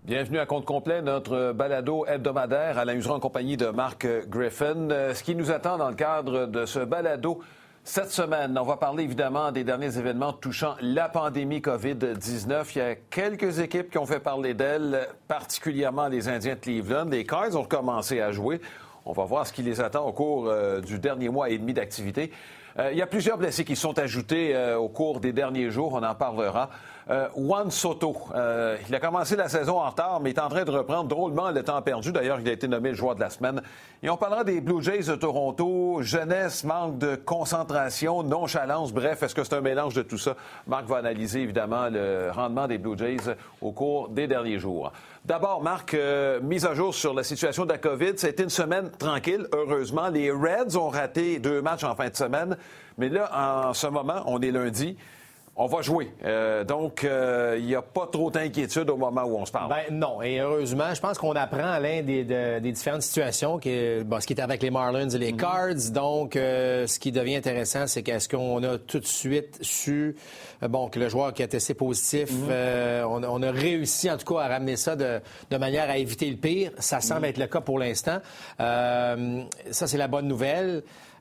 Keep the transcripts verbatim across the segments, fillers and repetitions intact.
Bienvenue à Compte complet, notre balado hebdomadaire à la Useron en compagnie de Mark Griffin. Ce qui nous attend dans le cadre de ce balado cette semaine, on va parler évidemment des derniers événements touchant la pandémie covid dix-neuf. Il y a quelques équipes qui ont fait parler d'elles, particulièrement les Indiens de Cleveland. Les Cards ont recommencé à jouer. On va voir ce qui les attend au cours euh, du dernier mois et demi d'activité. Euh, il y a plusieurs blessés qui sont ajoutés euh, au cours des derniers jours. On en parlera. Euh, Juan Soto, euh, il a commencé la saison en retard, mais il est en train de reprendre drôlement le temps perdu. D'ailleurs, il a été nommé le joueur de la semaine. Et on parlera des Blue Jays de Toronto. Jeunesse, manque de concentration, nonchalance. Bref, est-ce que c'est un mélange de tout ça? Marc va analyser évidemment le rendement des Blue Jays au cours des derniers jours. D'abord, Marc, euh, mise à jour sur la situation de la COVID. Ça a été une semaine tranquille, heureusement. Les Reds ont raté deux matchs en fin de semaine. Mais là, en ce moment, on est lundi. On va jouer. Euh, donc, il euh, n'y a pas trop d'inquiétude au moment où on se parle. Ben non. Et heureusement, je pense qu'on apprend à l'un des, de, des différentes situations, qui, bon, ce qui était avec les Marlins et les mm-hmm. Cards. Donc, euh, ce qui devient intéressant, c'est qu'est-ce qu'on a tout de suite su, euh, bon, que le joueur qui a testé positif, mm-hmm. euh, on, on a réussi en tout cas à ramener ça de, de manière à éviter le pire. Ça semble mm-hmm. être le cas pour l'instant. Euh, ça, c'est la bonne nouvelle.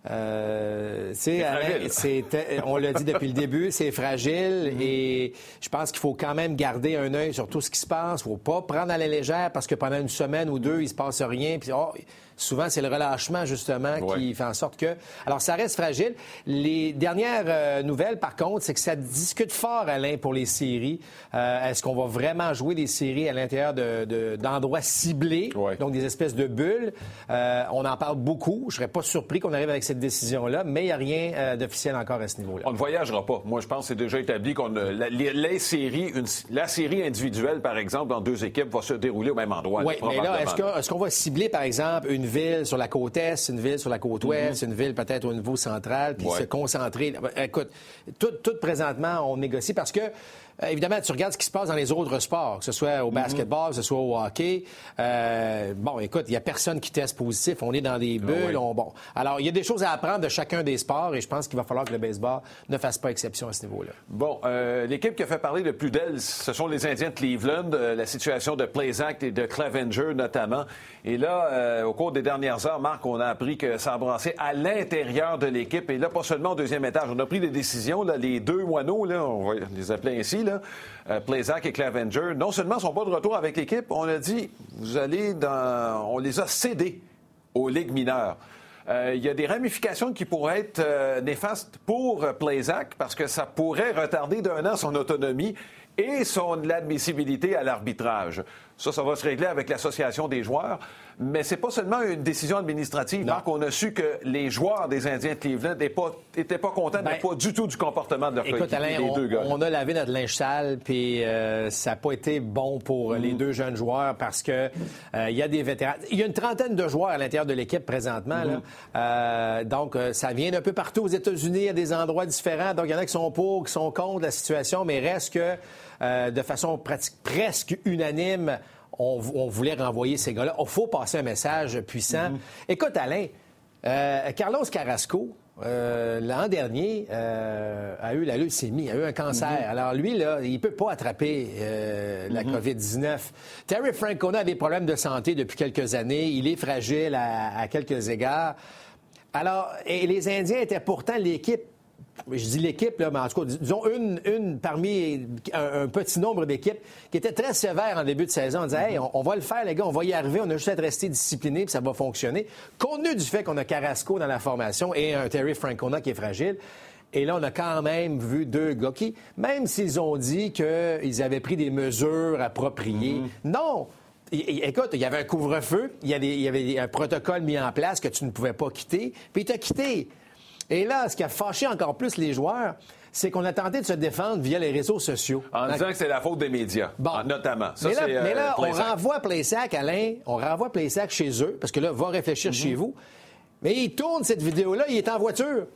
Euh, c'est Alain, c'est, on l'a dit depuis le début, c'est fragile mm-hmm. et je pense qu'il faut quand même garder un œil sur tout ce qui se passe. Il ne faut pas prendre à la légère parce que pendant une semaine ou deux, il se passe rien. Puis, oh, souvent, c'est le relâchement, justement, ouais. qui fait en sorte que... Alors, ça reste fragile. Les dernières euh, nouvelles, par contre, c'est que ça discute fort, Alain, pour les séries. Euh, est-ce qu'on va vraiment jouer des séries à l'intérieur de, de, d'endroits ciblés, ouais. donc des espèces de bulles? Euh, on en parle beaucoup. Je ne serais pas surpris qu'on arrive avec cette décision-là, mais il n'y a rien euh, d'officiel encore à ce niveau-là. On ne voyagera pas. Moi, je pense que c'est déjà établi qu'on a... La, les, les séries, une, la série individuelle, par exemple, dans deux équipes, va se dérouler au même endroit. Oui, mais là, est-ce, que, est-ce qu'on va cibler, par exemple, une ville sur la côte est, une ville sur la côte ouest, mm-hmm. une ville peut-être au niveau central, puis ouais. se concentrer. Écoute, tout, tout présentement, on négocie parce que, euh, évidemment, tu regardes ce qui se passe dans les autres sports, que ce soit au basketball, mm-hmm. que ce soit au hockey. Euh, bon, écoute, il n'y a personne qui teste positif. On est dans des bulles. Oh, oui. on, bon. Alors, il y a des choses à apprendre de chacun des sports et je pense qu'il va falloir que le baseball ne fasse pas exception à ce niveau-là. Bon, euh, l'équipe qui a fait parler le plus d'elle, ce sont les Indiens de Cleveland, euh, la situation de Plesac et de Clevenger notamment. Et là, euh, au cours des dernières heures, Marc, on a appris que ça a brassé à l'intérieur de l'équipe. Et là, pas seulement au deuxième étage. On a pris des décisions, là, les deux moineaux, là, on va les appeler ainsi, là, euh, Plesac et Clevenger, non seulement ne sont pas de retour avec l'équipe, on a dit, vous allez dans... On les a cédés aux ligues mineures. Il euh, y a des ramifications qui pourraient être euh, néfastes pour euh, Plesac parce que ça pourrait retarder d'un an son autonomie et son admissibilité à l'arbitrage. Ça, ça va se régler avec l'association des joueurs. Mais c'est pas seulement une décision administrative. Non. Marc, on a su que les joueurs des Indiens de Cleveland n'étaient pas, étaient pas contents, ben, mais pas du tout du comportement de leur écoute, Alain, les on, deux gars. On a lavé notre linge sale, puis euh, ça n'a pas été bon pour mm. les deux jeunes joueurs parce que il euh, y a des vétérans. Il y a une trentaine de joueurs à l'intérieur de l'équipe présentement. Mm. Là. Euh, donc, euh, ça vient d'un peu partout aux États-Unis, à des endroits différents. Donc, il y en a qui sont pour, qui sont contre la situation, mais reste que euh, de façon pratique, presque unanime, On, on voulait renvoyer ces gars-là. Il faut passer un message puissant. Mm-hmm. Écoute, Alain, euh, Carlos Carrasco, euh, l'an dernier, euh, a eu la leucémie, a eu un cancer. Mm-hmm. Alors lui, là, il ne peut pas attraper euh, la mm-hmm. covid dix-neuf. Terry Francona a des problèmes de santé depuis quelques années. Il est fragile à, à quelques égards. Alors, et les Indiens étaient pourtant l'équipe. Je dis l'équipe, là, mais en tout cas, disons une, une parmi un, un petit nombre d'équipes qui était très sévère en début de saison. On disait, hey, on, on va le faire, les gars, on va y arriver, on a juste à être resté discipliné, puis ça va fonctionner. Compte tenu du fait qu'on a Carrasco dans la formation et un Terry Francona qui est fragile. Et là, on a quand même vu deux gars qui, même s'ils ont dit qu'ils avaient pris des mesures appropriées, mm-hmm. non! Écoute, il y avait un couvre-feu, il y avait, il y avait un protocole mis en place que tu ne pouvais pas quitter, puis il t'a quitté. Et là, ce qui a fâché encore plus les joueurs, c'est qu'on a tenté de se défendre via les réseaux sociaux. En disant que c'est la faute des médias, bon. notamment. Ça, mais là, c'est, mais là euh, on renvoie Plesac, Alain, on renvoie Plesac chez eux, parce que là, va réfléchir mm-hmm. chez vous. Mais il tourne cette vidéo-là, il est en voiture.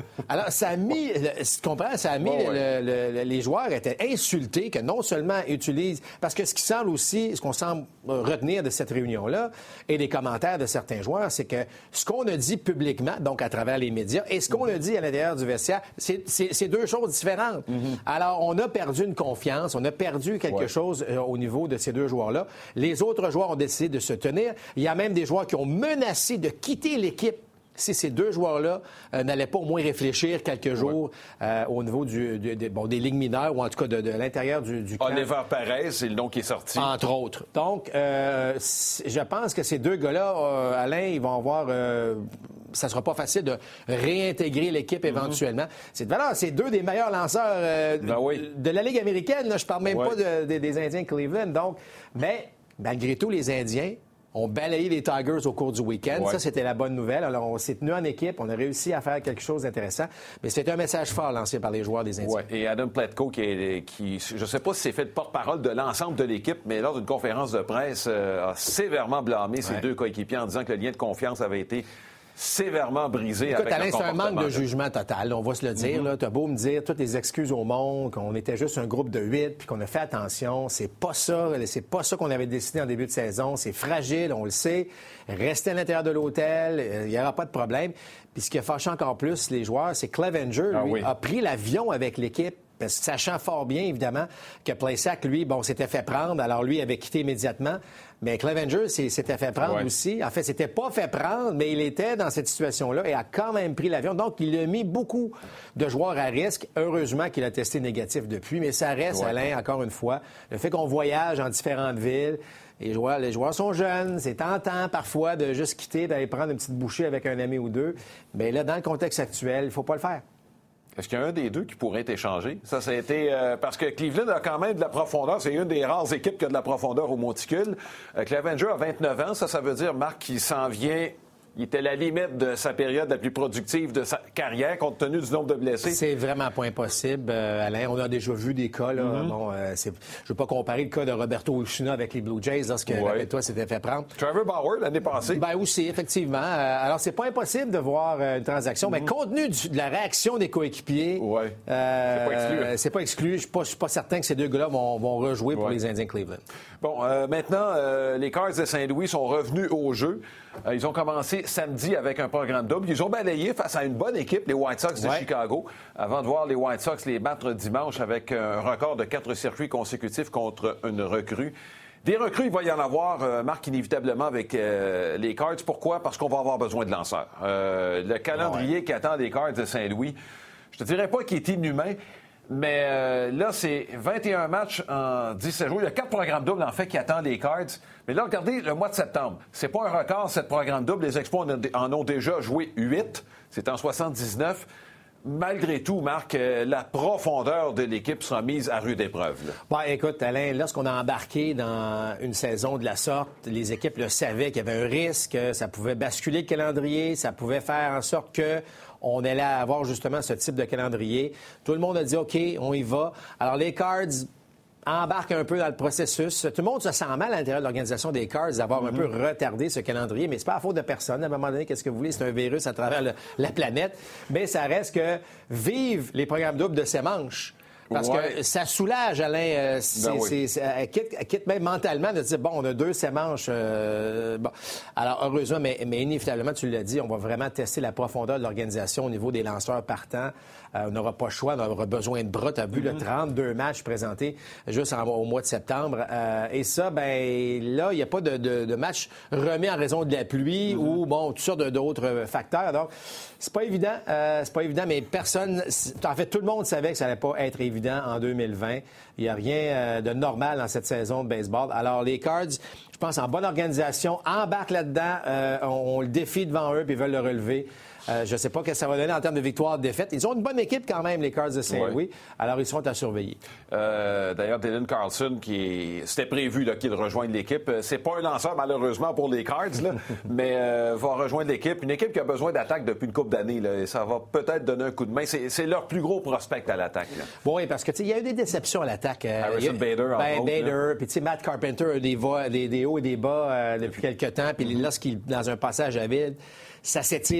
Alors, ça a mis, tu comprends, ça a mis, bon, ouais. le, le, les joueurs étaient insultés que non seulement utilisent, parce que ce qui semble aussi, ce qu'on semble retenir de cette réunion-là et des commentaires de certains joueurs, c'est que ce qu'on a dit publiquement, donc à travers les médias, et ce qu'on a dit à l'intérieur du vestiaire, c'est, c'est, c'est deux choses différentes. Mm-hmm. Alors, on a perdu une confiance, on a perdu quelque ouais. chose euh, au niveau de ces deux joueurs-là. Les autres joueurs ont décidé de se tenir. Il y a même des joueurs qui ont menacé de quitter l'équipe si ces deux joueurs-là euh, n'allaient pas au moins réfléchir quelques jours ouais. euh, au niveau du, du, de, bon, des ligues mineures ou en tout cas de, de l'intérieur du, du camp. Oliver Perez, c'est le nom qui est sorti. Entre autres. Donc, euh, je pense que ces deux gars-là, euh, Alain, ils vont avoir... Euh, ça sera pas facile de réintégrer l'équipe éventuellement. Mm-hmm. C'est de valeur. C'est deux des meilleurs lanceurs euh, ben oui. de la Ligue américaine. Là, je parle même ouais. pas de, de, des Indiens de Cleveland. Donc, mais malgré tout, les Indiens ont balayé les Tigers au cours du week-end. Ouais. Ça, c'était la bonne nouvelle. Alors, on s'est tenu en équipe. On a réussi à faire quelque chose d'intéressant. Mais c'était un message fort lancé par les joueurs des Indiens. Ouais. Et Adam Plutko, qui, est, qui je ne sais pas si c'est fait de porte-parole de l'ensemble de l'équipe, mais lors d'une conférence de presse, euh, a sévèrement blâmé ouais. ses deux coéquipiers en disant que le lien de confiance avait été sévèrement brisé. Écoute, avec Alain, un c'est un manque de là. jugement total, on va se le dire. Mm-hmm. Tu as beau me dire toutes les excuses au monde, qu'on était juste un groupe de huit, puis qu'on a fait attention. C'est pas ça. C'est pas ça qu'on avait décidé en début de saison. C'est fragile, on le sait. Restez à l'intérieur de l'hôtel, il n'y aura pas de problème. Puis ce qui a fâché encore plus les joueurs, c'est que Clevenger, ah, lui, oui. a pris l'avion avec l'équipe. Parce que sachant fort bien, évidemment, que Plesac, lui, bon, s'était fait prendre. Alors, lui avait quitté immédiatement. Mais Clevenger s'était fait prendre ouais. aussi. En fait, s'était pas fait prendre, mais il était dans cette situation-là et a quand même pris l'avion. Donc, il a mis beaucoup de joueurs à risque. Heureusement qu'il a testé négatif depuis. Mais ça reste, ouais. Alain, encore une fois, le fait qu'on voyage en différentes villes. Les joueurs, les joueurs sont jeunes. C'est tentant, parfois, de juste quitter, d'aller prendre une petite bouchée avec un ami ou deux. Mais là, dans le contexte actuel, il faut pas le faire. Est-ce qu'il y a un des deux qui pourrait être échangé? Ça, ça a été... Euh, parce que Cleveland a quand même de la profondeur. C'est une des rares équipes qui a de la profondeur au monticule. Euh, Clevenger a vingt-neuf ans. Ça, ça veut dire, Marc, qu'il s'en vient... Il était à la limite de sa période la plus productive de sa carrière, compte tenu du nombre de blessés. C'est vraiment pas impossible, euh, Alain. On a déjà vu des cas, là. Mm-hmm. Bon, euh, c'est... Je veux pas comparer le cas de Roberto Osuna avec les Blue Jays, lorsque, ouais. rappelle-toi, s'était fait prendre. Trevor Bauer, l'année passée. Ben aussi, effectivement. Euh, alors, c'est pas impossible de voir euh, une transaction, mm-hmm. mais compte tenu du, de la réaction des coéquipiers... Ouais. Euh, c'est pas exclu. Euh, c'est pas exclu. Je suis pas, pas certain que ces deux gars-là vont, vont rejouer ouais. pour les Indiens de Cleveland. Bon, euh, maintenant, euh, les Cards de Saint-Louis sont revenus au jeu. Euh, ils ont commencé samedi avec un programme double. Ils ont balayé face à une bonne équipe, les White Sox de ouais. Chicago, avant de voir les White Sox les battre dimanche avec un record de quatre circuits consécutifs contre une recrue. Des recrues, il va y en avoir, euh, Marc, inévitablement avec euh, les Cards. Pourquoi? Parce qu'on va avoir besoin de lanceurs. Euh, le calendrier ouais. qui attend les Cards de Saint-Louis, je te dirais pas qu'il est inhumain, mais euh, là, c'est vingt et un matchs en dix-sept jours. Il y a quatre programmes doubles, en fait, qui attendent les Cards. Mais là, regardez, le mois de septembre, c'est pas un record, cette programme double. Les Expos en ont déjà joué huit. C'est en soixante-dix-neuf. Malgré tout, Marc, euh, la profondeur de l'équipe sera mise à rude épreuve. Bon, écoute, Alain, lorsqu'on a embarqué dans une saison de la sorte, les équipes le savaient qu'il y avait un risque, ça pouvait basculer le calendrier, ça pouvait faire en sorte que on allait avoir justement ce type de calendrier. Tout le monde a dit, OK, on y va. Alors, les Cards embarquent un peu dans le processus. Tout le monde se sent mal à l'intérieur de l'organisation des Cards d'avoir mm-hmm. un peu retardé ce calendrier, mais c'est pas à faute de personne. À un moment donné, qu'est-ce que vous voulez? C'est un virus à travers le, la planète. Mais ça reste que vivent les programmes doubles de ces manches. Parce ouais. que ça soulage, Alain, euh, c'est, ben oui. c'est, c'est, quitte, quitte même mentalement de dire, bon, on a deux sémanches. Euh, bon. Alors, heureusement, mais, mais inévitablement, tu l'as dit, on va vraiment tester la profondeur de l'organisation au niveau des lanceurs partants. Euh, on n'aura pas le choix, on aura besoin de bras. Tu as vu mm-hmm. le trente-deux matchs présentés juste en, au mois de septembre. Euh, et ça, ben là, il n'y a pas de, de, de match remis en raison de la pluie mm-hmm. ou, bon, toutes sortes d'autres facteurs. Donc, c'est pas évident. Euh, c'est pas évident, mais personne... En fait, tout le monde savait que ça n'allait pas être évident en deux mille vingt. Il n'y a rien euh, de normal dans cette saison de baseball. Alors, les Cards, je pense, en bonne organisation, embarquent là-dedans. Euh, on, on le défie devant eux puis ils veulent le relever. Euh, je ne sais pas ce que ça va donner en termes de victoire, de défaite. Ils ont une bonne équipe quand même, les Cards de Saint-Louis. Ouais. Alors, ils seront à surveiller. Euh, d'ailleurs, Dylan Carlson, qui est... c'était prévu là, qu'il rejoigne l'équipe. C'est pas un lanceur, malheureusement, pour les Cards, là, mais euh, va rejoindre l'équipe. Une équipe qui a besoin d'attaque depuis une couple d'années. Là, et ça va peut-être donner un coup de main. C'est, c'est leur plus gros prospect à l'attaque. Là. Bon, oui, parce que il y a eu des déceptions à l'attaque. Euh, Harrison a, Bader, en ben, autre, Bader, puis tu sais, Matt Carpenter a des, va, des, des hauts et des bas euh, depuis quelques temps. Puis mm-hmm. lorsqu'il dans un passage à vide, ça s'étire pendant ouais.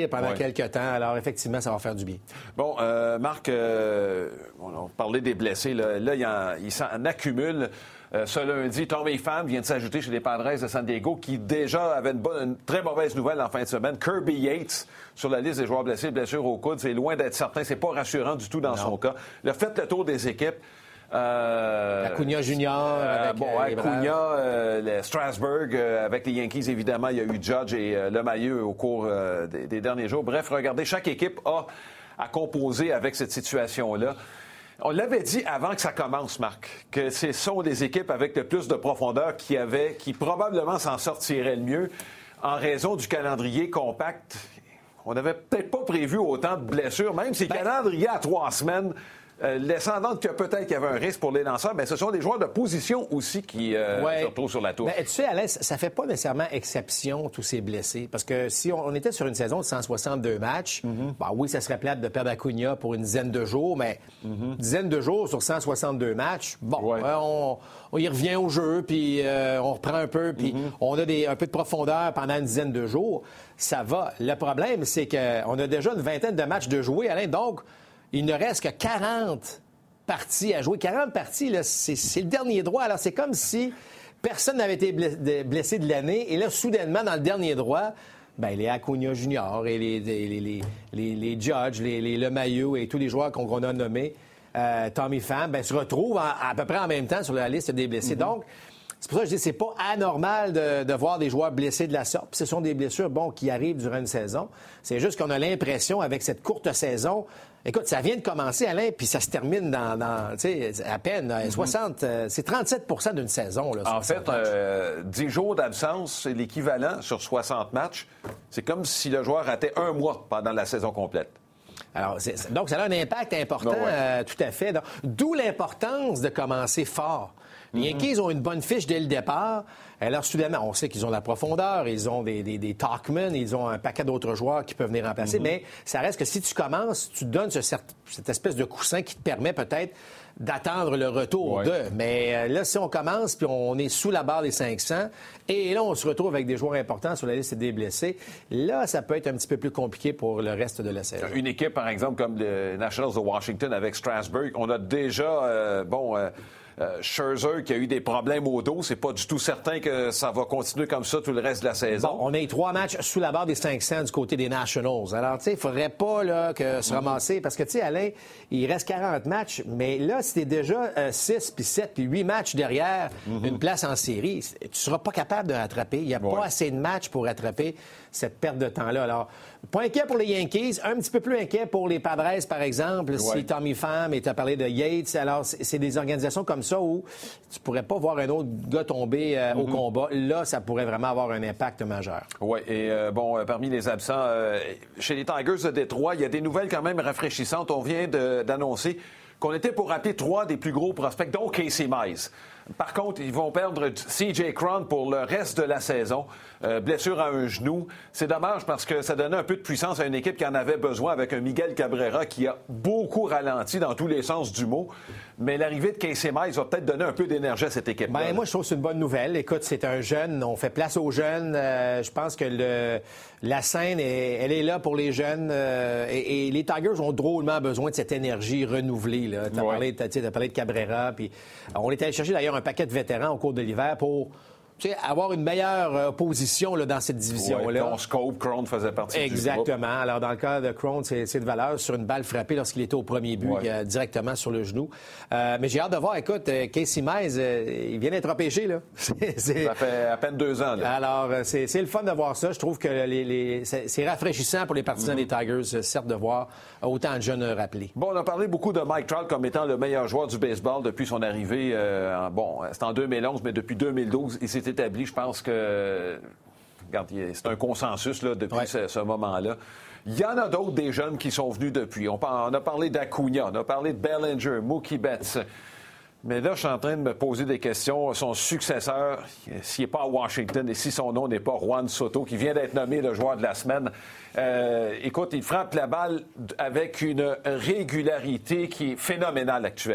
quelque temps. Alors, effectivement, ça va faire du bien. Bon, euh, Marc, euh, on parlait des blessés. Là, là il, en, il s'en accumule. Euh, ce lundi, Tommy Pham vient de s'ajouter chez les Padres de San Diego, qui déjà avait une, bonne, une très mauvaise nouvelle en fin de semaine. Kirby Yates, sur la liste des joueurs blessés, blessure au coude, c'est loin d'être certain. C'est pas rassurant du tout dans non. son cas. Il a fait le tour des équipes. Euh, Acuna Junior Euh, avec bon, euh, Acuna, euh, le Strasburg, euh, avec les Yankees, évidemment, il y a eu Judge et euh, LeMahieu au cours euh, des, des derniers jours. Bref, regardez, chaque équipe a à composer avec cette situation-là. On l'avait dit avant que ça commence, Marc, que ce sont les équipes avec le plus de profondeur qui avaient, qui probablement s'en sortiraient le mieux en raison du calendrier compact. On n'avait peut-être pas prévu autant de blessures, même si le ben... calendrier à trois semaines... Euh, laissant entendre que peut-être qu'il y avait un risque pour les lanceurs, mais ce sont des joueurs de position aussi qui euh, ouais. se retrouvent sur la tour. Ben, tu sais, Alain, ça fait pas nécessairement exception, tous ces blessés. Parce que si on, on était sur une saison de cent soixante-deux matchs, mm-hmm. ben, oui, ça serait plate de perdre Acuna pour une dizaine de jours, mais mm-hmm. une dizaine de jours sur cent soixante-deux matchs, bon, ouais. euh, on, on y revient au jeu, puis euh, on reprend un peu, puis mm-hmm. on a des, un peu de profondeur pendant une dizaine de jours. Ça va. Le problème, c'est qu'on a déjà une vingtaine de matchs de jouer, Alain, donc... Il ne reste que quarante parties à jouer. quarante parties, là, c'est, c'est le dernier droit. Alors, c'est comme si personne n'avait été blessé de l'année. Et là, soudainement, dans le dernier droit, ben, les Acuna Junior et les, les, les, les, les Judge, les, les LeMahieu et tous les joueurs qu'on, qu'on a nommés, euh, Tommy Pham, ben, se retrouvent en, à peu près en même temps sur la liste des blessés. Mm-hmm. Donc, c'est pour ça que je dis que c'est pas anormal de, de voir des joueurs blessés de la sorte. Puis ce sont des blessures, bon, qui arrivent durant une saison. C'est juste qu'on a l'impression, avec cette courte saison, écoute, ça vient de commencer, Alain, puis ça se termine dans, dans tu sais, à peine mm-hmm. soixante, euh, c'est trente-sept pour cent d'une saison. Là, en fait, euh, dix jours d'absence, c'est l'équivalent sur soixante matchs. C'est comme si le joueur ratait un mois pendant la saison complète. Alors, c'est, donc, ça a un impact important, non, ouais. euh, tout à fait. Donc, d'où l'importance de commencer fort. Les Yankees ont une bonne fiche dès le départ. Alors, soudainement, on sait qu'ils ont la profondeur, ils ont des, des, des Talkman, ils ont un paquet d'autres joueurs qui peuvent venir remplacer. Mm-hmm. Mais ça reste que si tu commences, tu donnes ce, cette espèce de coussin qui te permet peut-être d'attendre le retour ouais. d'eux. Mais euh, là, si on commence, puis on est sous la barre des cinq cents, et là, on se retrouve avec des joueurs importants sur la liste des blessés, là, ça peut être un petit peu plus compliqué pour le reste de la saison. Une équipe, par exemple, comme les Nationals de Washington avec Strasburg, on a déjà, euh, bon... Euh, Euh, Scherzer qui a eu des problèmes au dos, c'est pas du tout certain que ça va continuer comme ça tout le reste de la saison. Bon, on a eu trois matchs sous la barre des cinq cents du côté des Nationals. Alors, tu sais, il faudrait pas là, que se ramasser, parce que, tu sais, Alain, il reste quarante matchs, mais là, si t'es déjà euh, six, puis sept, puis huit matchs derrière mm-hmm. une place en série, tu seras pas capable de rattraper. Il n'y a ouais. pas assez de matchs pour rattraper cette perte de temps-là. Alors, pas inquiet pour les Yankees, un petit peu plus inquiet pour les Padres, par exemple, ouais. si Tommy Pham, et tu as parlé de Yates. Alors, c'est, c'est des organisations comme ça où tu pourrais pas voir un autre gars tomber euh, mm-hmm. au combat. Là, ça pourrait vraiment avoir un impact majeur. Oui, et euh, bon, euh, parmi les absents, euh, chez les Tigers de Détroit, il y a des nouvelles quand même rafraîchissantes. On vient de, d'annoncer qu'on était pour rappeler trois des plus gros prospects, dont Casey Mize. Par contre, ils vont perdre C J Cron pour le reste de la saison. Euh, blessure à un genou. C'est dommage parce que ça donnait un peu de puissance à une équipe qui en avait besoin avec un Miguel Cabrera qui a beaucoup ralenti dans tous les sens du mot. Mais l'arrivée de Casey Mize va peut-être donner un peu d'énergie à cette équipe-là. Bien, moi, je trouve que c'est une bonne nouvelle. Écoute, c'est un jeune. On fait place aux jeunes. Euh, je pense que le, la scène, est, elle est là pour les jeunes. Euh, et, et les Tigers ont drôlement besoin de cette énergie renouvelée. Tu as, ouais. parlé, parlé de Cabrera. Puis on est allé chercher d'ailleurs un paquet de vétérans au cours de l'hiver pour... Tu sais, avoir une meilleure euh, position là, dans cette division-là. Ton scope, Cron faisait partie Exactement. du groupe. Alors, dans le cas de Cron, c'est, c'est de valeur sur une balle frappée lorsqu'il était au premier but, ouais. euh, directement sur le genou. Euh, mais j'ai hâte de voir, écoute, euh, Casey Mize, euh, il vient d'être empêché, là. c'est, c'est... Ça fait à peine deux ans, là. Alors, c'est, c'est le fun de voir ça. Je trouve que les, les... C'est, c'est rafraîchissant pour les partisans mm-hmm. des Tigers, certes, de voir autant de jeunes rappelés. Bon, on a parlé beaucoup de Mike Trout comme étant le meilleur joueur du baseball depuis son arrivée. Euh, en, bon, c'est en deux mille onze, mais depuis deux mille douze, il s'est établi, je pense que regarde, c'est un consensus là, depuis ouais. ce, ce moment-là. Il y en a d'autres des jeunes qui sont venus depuis. On, on a parlé d'Acuna, on a parlé de Bellinger, Mookie Betts. Mais là, je suis en train de me poser des questions. Son successeur, s'il n'est pas à Washington et si son nom n'est pas Juan Soto, qui vient d'être nommé le joueur de la semaine, euh, écoute, il frappe la balle avec une régularité qui est phénoménale actuellement.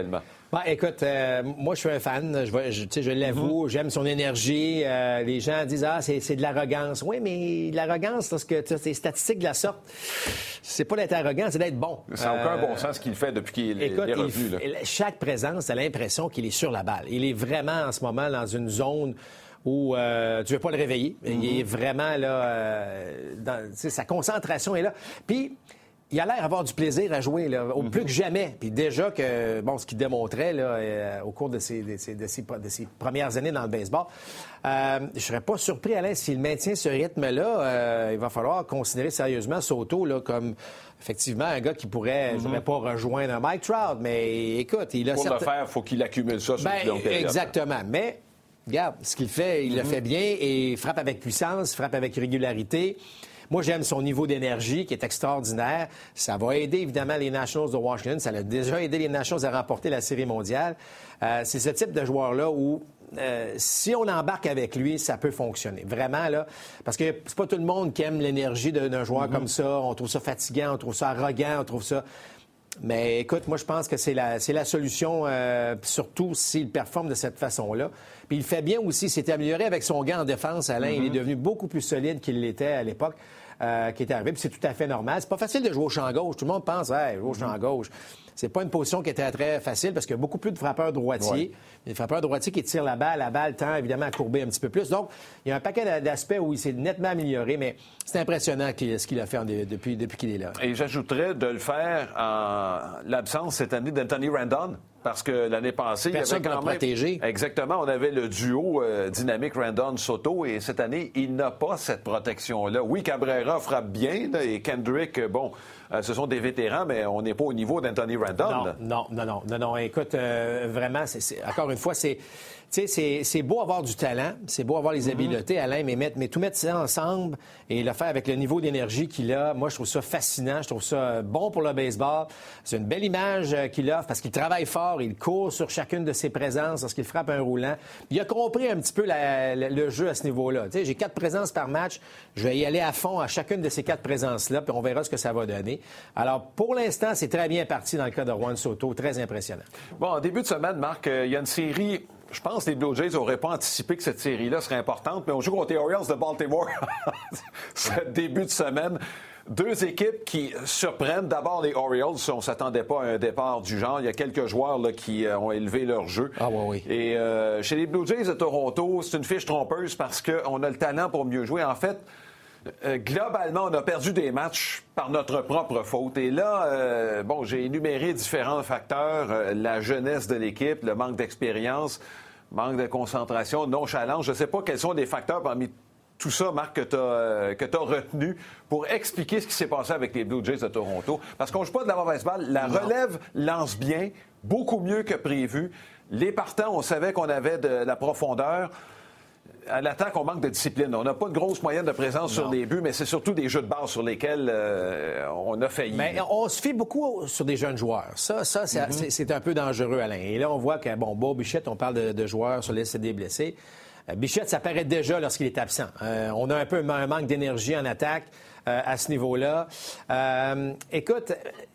Ben, écoute, euh, moi, je suis un fan, je, je, je l'avoue, mm-hmm. j'aime son énergie. Euh, les gens disent « Ah, c'est, c'est de l'arrogance. » Oui, mais l'arrogance, parce que tu as des statistiques de la sorte, c'est pas d'être arrogant, c'est d'être bon. Ça n'a aucun euh, bon sens ce qu'il fait depuis qu'il écoute, est revenu. Il, là. Chaque présence, tu as l'impression qu'il est sur la balle. Il est vraiment, en ce moment, dans une zone où euh, tu ne veux pas le réveiller. Mm-hmm. Il est vraiment là... Euh, dans, sa concentration est là. Puis... Il a l'air d'avoir du plaisir à jouer, là, au mm-hmm. plus que jamais. Puis déjà que, bon, ce qu'il démontrait là, euh, au cours de ses, de, ses, de, ses, de ses premières années dans le baseball, euh, je serais pas surpris, Alain, s'il maintient ce rythme-là, euh, il va falloir considérer sérieusement Soto là, comme effectivement un gars qui pourrait, mm-hmm. je ne vais pas rejoindre un Mike Trout, mais écoute, il a... Pour certain... le faire, il faut qu'il accumule ça sur ben, le long période. Exactement, mais... Regarde, ce qu'il fait, il mm-hmm. le fait bien et frappe avec puissance, frappe avec régularité. Moi, j'aime son niveau d'énergie qui est extraordinaire. Ça va aider, évidemment, les Nationals de Washington. Ça a déjà aidé les Nationals à remporter la Série mondiale. Euh, c'est ce type de joueur-là où, euh, si on embarque avec lui, ça peut fonctionner. Vraiment, là. Parce que c'est pas tout le monde qui aime l'énergie d'un joueur mm-hmm. comme ça. On trouve ça fatigant, on trouve ça arrogant, on trouve ça... Mais écoute, moi, je pense que c'est la, c'est la solution, euh, surtout s'il performe de cette façon-là. Puis il fait bien aussi, il s'est amélioré avec son gant en défense, Alain. Mm-hmm. Il est devenu beaucoup plus solide qu'il l'était à l'époque, euh, qui était arrivé. Puis c'est tout à fait normal. C'est pas facile de jouer au champ gauche. Tout le monde pense, hey, jouer au champ gauche. C'est pas une position qui est très, très facile parce qu'il y a beaucoup plus de frappeurs droitiers. Ouais. Les frappeurs droitiers qui tirent la balle, la balle tend évidemment à courber un petit peu plus. Donc, il y a un paquet d'aspects où il s'est nettement amélioré, mais c'est impressionnant ce qu'il a fait en, depuis, depuis qu'il est là. Et j'ajouterais de le faire en l'absence cette année d'Anthony Rendon. Parce que l'année passée, Personne il y avait quand même... protégé. Exactement. On avait le duo euh, dynamique Rendon-Soto et cette année, il n'a pas cette protection-là. Oui, Cabrera frappe bien là, et Kendrick, bon, euh, ce sont des vétérans, mais on n'est pas au niveau d'Anthony Rendon. Non, non, non, non, non, non. Écoute, euh, vraiment, c'est, c'est, encore une fois, c'est... Tu sais, c'est, c'est beau avoir du talent, c'est beau avoir les habiletés, mm-hmm. Alain, mais, mettre, mais tout mettre ça ensemble et le faire avec le niveau d'énergie qu'il a, moi, je trouve ça fascinant. Je trouve ça bon pour le baseball. C'est une belle image qu'il offre parce qu'il travaille fort, il court sur chacune de ses présences lorsqu'il frappe un roulant. Il a compris un petit peu la, la, le jeu à ce niveau-là. Tu sais, j'ai quatre présences par match. Je vais y aller à fond à chacune de ces quatre présences-là, puis on verra ce que ça va donner. Alors, pour l'instant, c'est très bien parti dans le cas de Juan Soto. Très impressionnant. Bon, en début de semaine, Marc, il y a une série... Je pense que les Blue Jays n'auraient pas anticipé que cette série-là serait importante, mais on joue contre les Orioles de Baltimore ce début de semaine. Deux équipes qui surprennent. D'abord, les Orioles, on ne s'attendait pas à un départ du genre. Il y a quelques joueurs là, qui euh, ont élevé leur jeu. Ah oui, oui. Et euh, chez les Blue Jays de Toronto, c'est une fiche trompeuse parce qu'on a le talent pour mieux jouer. En fait, Euh, globalement, on a perdu des matchs par notre propre faute. Et là, euh, bon, j'ai énuméré différents facteurs. Euh, la jeunesse de l'équipe, le manque d'expérience, manque de concentration, nonchalance. Je ne sais pas quels sont les facteurs parmi tout ça, Marc, que tu as euh, retenu pour expliquer ce qui s'est passé avec les Blue Jays de Toronto. Parce qu'on ne joue pas de la mauvaise balle. La non. relève lance bien, beaucoup mieux que prévu. Les partants, on savait qu'on avait de la profondeur. À l'attaque, on manque de discipline. On n'a pas de grosse moyenne de présence non. sur les buts, mais c'est surtout des jeux de base sur lesquels euh, on a failli. Mais on se fie beaucoup sur des jeunes joueurs. Ça, ça c'est, mm-hmm. c'est, c'est un peu dangereux, Alain. Et là, on voit que, bon, Bo Bichette, on parle de, de joueurs sur les liste des blessés. Euh, Bichette, ça paraît déjà lorsqu'il est absent. Euh, on a un peu un manque d'énergie en attaque euh, à ce niveau-là. Euh, écoute...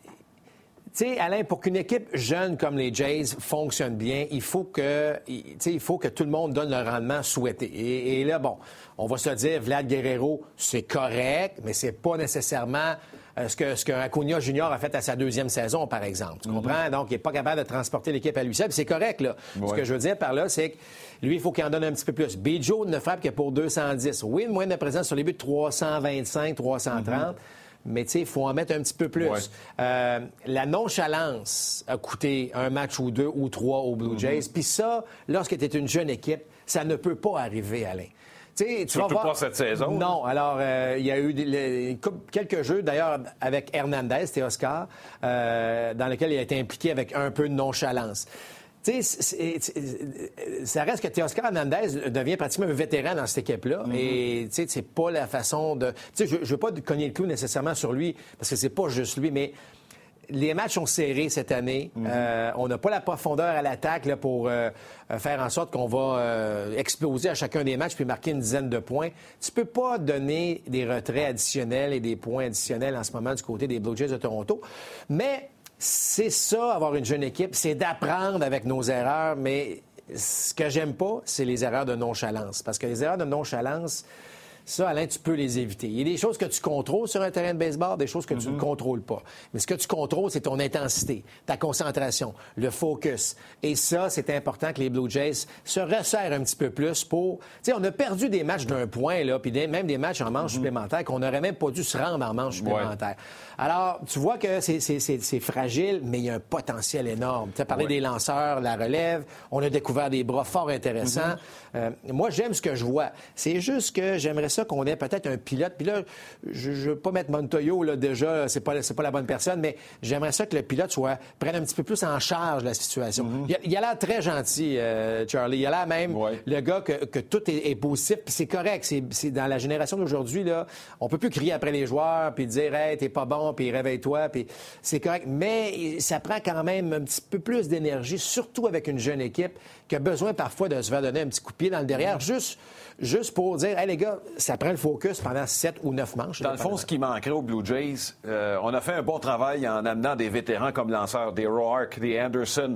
Tu sais, Alain, pour qu'une équipe jeune comme les Jays fonctionne bien, il faut que, tu sais, il faut que tout le monde donne le rendement souhaité. Et, et là, bon, on va se dire, Vlad Guerrero, c'est correct, mais c'est pas nécessairement euh, ce que ce que Acuna Junior a fait à sa deuxième saison, par exemple. Tu comprends? Mm-hmm. Donc, il n'est pas capable de transporter l'équipe à lui seul. Puis c'est correct, là. Ouais. Ce que je veux dire par là, c'est que lui, il faut qu'il en donne un petit peu plus. Bijo ne frappe que pour deux cent dix. Oui, une moyenne de présence sur les buts de trois cent vingt-cinq, trois cent trente. Mm-hmm. Mais tu sais, il faut en mettre un petit peu plus. Ouais. Euh, la nonchalance a coûté un match ou deux ou trois aux Blue Jays. Mm-hmm. Puis ça, lorsque tu es une jeune équipe, ça ne peut pas arriver, Alain. T'sais, tu Surtout vas voir... pas cette saison. Non. Alors, euh, il y a eu des, les, quelques jeux, d'ailleurs, avec Hernandez, Teoscar, euh, dans lesquels il a été impliqué avec un peu de nonchalance. Tu sais, ça reste que Teoscar Hernandez devient pratiquement un vétéran dans cette équipe-là. Mm-hmm. Et tu sais, c'est pas la façon de... Tu sais, je, je veux pas cogner le clou nécessairement sur lui, parce que c'est pas juste lui, mais les matchs sont serrés cette année. Mm-hmm. Euh, on n'a pas la profondeur à l'attaque là, pour euh, faire en sorte qu'on va euh, exploser à chacun des matchs puis marquer une dizaine de points. Tu peux pas donner des retraits additionnels et des points additionnels en ce moment du côté des Blue Jays de Toronto. Mais c'est ça, avoir une jeune équipe, c'est d'apprendre avec nos erreurs, mais ce que j'aime pas, c'est les erreurs de nonchalance. Parce que les erreurs de nonchalance, ça, Alain, tu peux les éviter. Il y a des choses que tu contrôles sur un terrain de baseball, des choses que tu ne mm-hmm. contrôles pas. Mais ce que tu contrôles, c'est ton intensité, ta concentration, le focus. Et ça, c'est important que les Blue Jays se resserrent un petit peu plus pour... Tu sais, on a perdu des matchs d'un point, là, puis même des matchs en manche mm-hmm. supplémentaire qu'on n'aurait même pas dû se rendre en manche supplémentaire. Ouais. Alors, tu vois que c'est, c'est, c'est, c'est fragile, mais il y a un potentiel énorme. Tu as parlé ouais. des lanceurs, la relève. On a découvert des bras fort intéressants. Mm-hmm. Euh, moi, j'aime ce que je vois. C'est juste que j'aimerais ça qu'on ait peut-être un pilote. Puis là, je ne veux pas mettre Montoyo, là, déjà, c'est pas, c'est pas la bonne personne, mais j'aimerais ça que le pilote soit, prenne un petit peu plus en charge la situation. Mm-hmm. Il, a, il a l'air très gentil, euh, Charlie. Il a l'air même, ouais. le gars, que, que tout est, est positif. Puis c'est correct. C'est, c'est dans la génération d'aujourd'hui, là, on peut plus crier après les joueurs, puis dire, hey, t'es pas bon, puis réveille-toi, puis c'est correct. Mais ça prend quand même un petit peu plus d'énergie, surtout avec une jeune équipe qui a besoin parfois de se faire donner un petit coup de pied dans le derrière, mm-hmm. juste... Juste pour dire, hey les gars, ça prend le focus pendant sept ou neuf manches. Dans le fond, ce qui manquerait aux Blue Jays, euh, on a fait un bon travail en amenant des vétérans comme lanceurs, des Roark, des Anderson,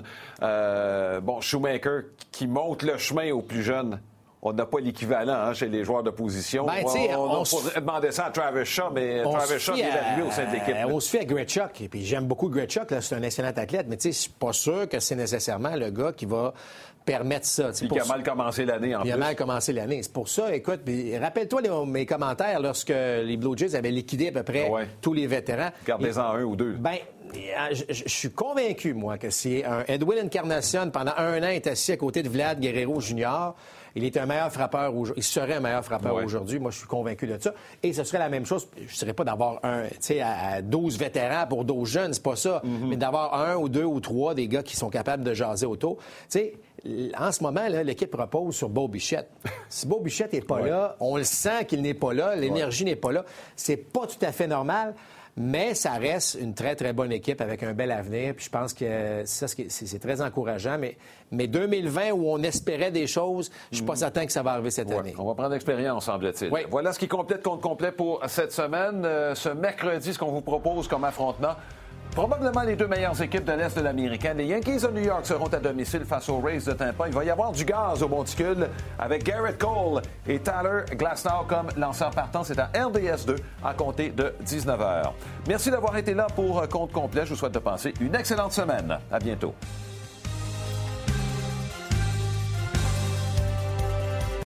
euh, bon, Shoemaker, qui montent le chemin aux plus jeunes. On n'a pas l'équivalent hein, chez les joueurs de position. Ben, on on, on, on pourrait demander ça à Travis Shaw, mais Travis Shaw vient d'arriver au sein de l'équipe. On se fait à Grichuk, et puis j'aime beaucoup Grichuk, là, c'est un excellent athlète, mais tu sais, je suis pas sûr que c'est nécessairement le gars qui va permettre ça. Puis qui a mal commencé l'année, en plus. Il a mal commencé l'année. C'est pour ça, écoute, puis rappelle-toi les, mes commentaires lorsque les Blue Jays avaient liquidé à peu près ouais. tous les vétérans. Gardez-en un ou deux. Ben, je, je, je suis convaincu, moi, que si un Edwin Encarnacion, pendant un an, est assis à côté de Vlad Guerrero Junior, il est un meilleur frappeur aujourd'hui. Il serait un meilleur frappeur ouais. aujourd'hui. Moi, je suis convaincu de ça. Et ce serait la même chose. Je ne dirais pas d'avoir un, tu sais, à douze vétérans pour douze jeunes, c'est pas ça. Mm-hmm. Mais d'avoir un ou deux ou trois des gars qui sont capables de jaser autour. Tu sais, en ce moment, là, l'équipe repose sur Bo Bichette. Si Bo Bichette n'est pas ouais. là, on le sent qu'il n'est pas là, l'énergie ouais. n'est pas là. C'est pas tout à fait normal. Mais ça reste une très, très bonne équipe avec un bel avenir. Puis je pense que ça, c'est, c'est très encourageant. Mais, mais deux mille vingt, où on espérait des choses, je suis pas certain que ça va arriver cette ouais. année. On va prendre l'expérience, semble-t-il. Oui. Voilà ce qui complète compte complet pour cette semaine. Euh, ce mercredi, ce qu'on vous propose comme affrontement, probablement les deux meilleures équipes de l'Est de l'Américaine. Les Yankees de New York seront à domicile face aux Rays de Tampa. Il va y avoir du gaz au monticule avec Garrett Cole et Tyler Glasnow comme lanceurs partants. C'est à R D S deux à compter de dix-neuf heures. Merci d'avoir été là pour Compte complet. Je vous souhaite de passer une excellente semaine. À bientôt.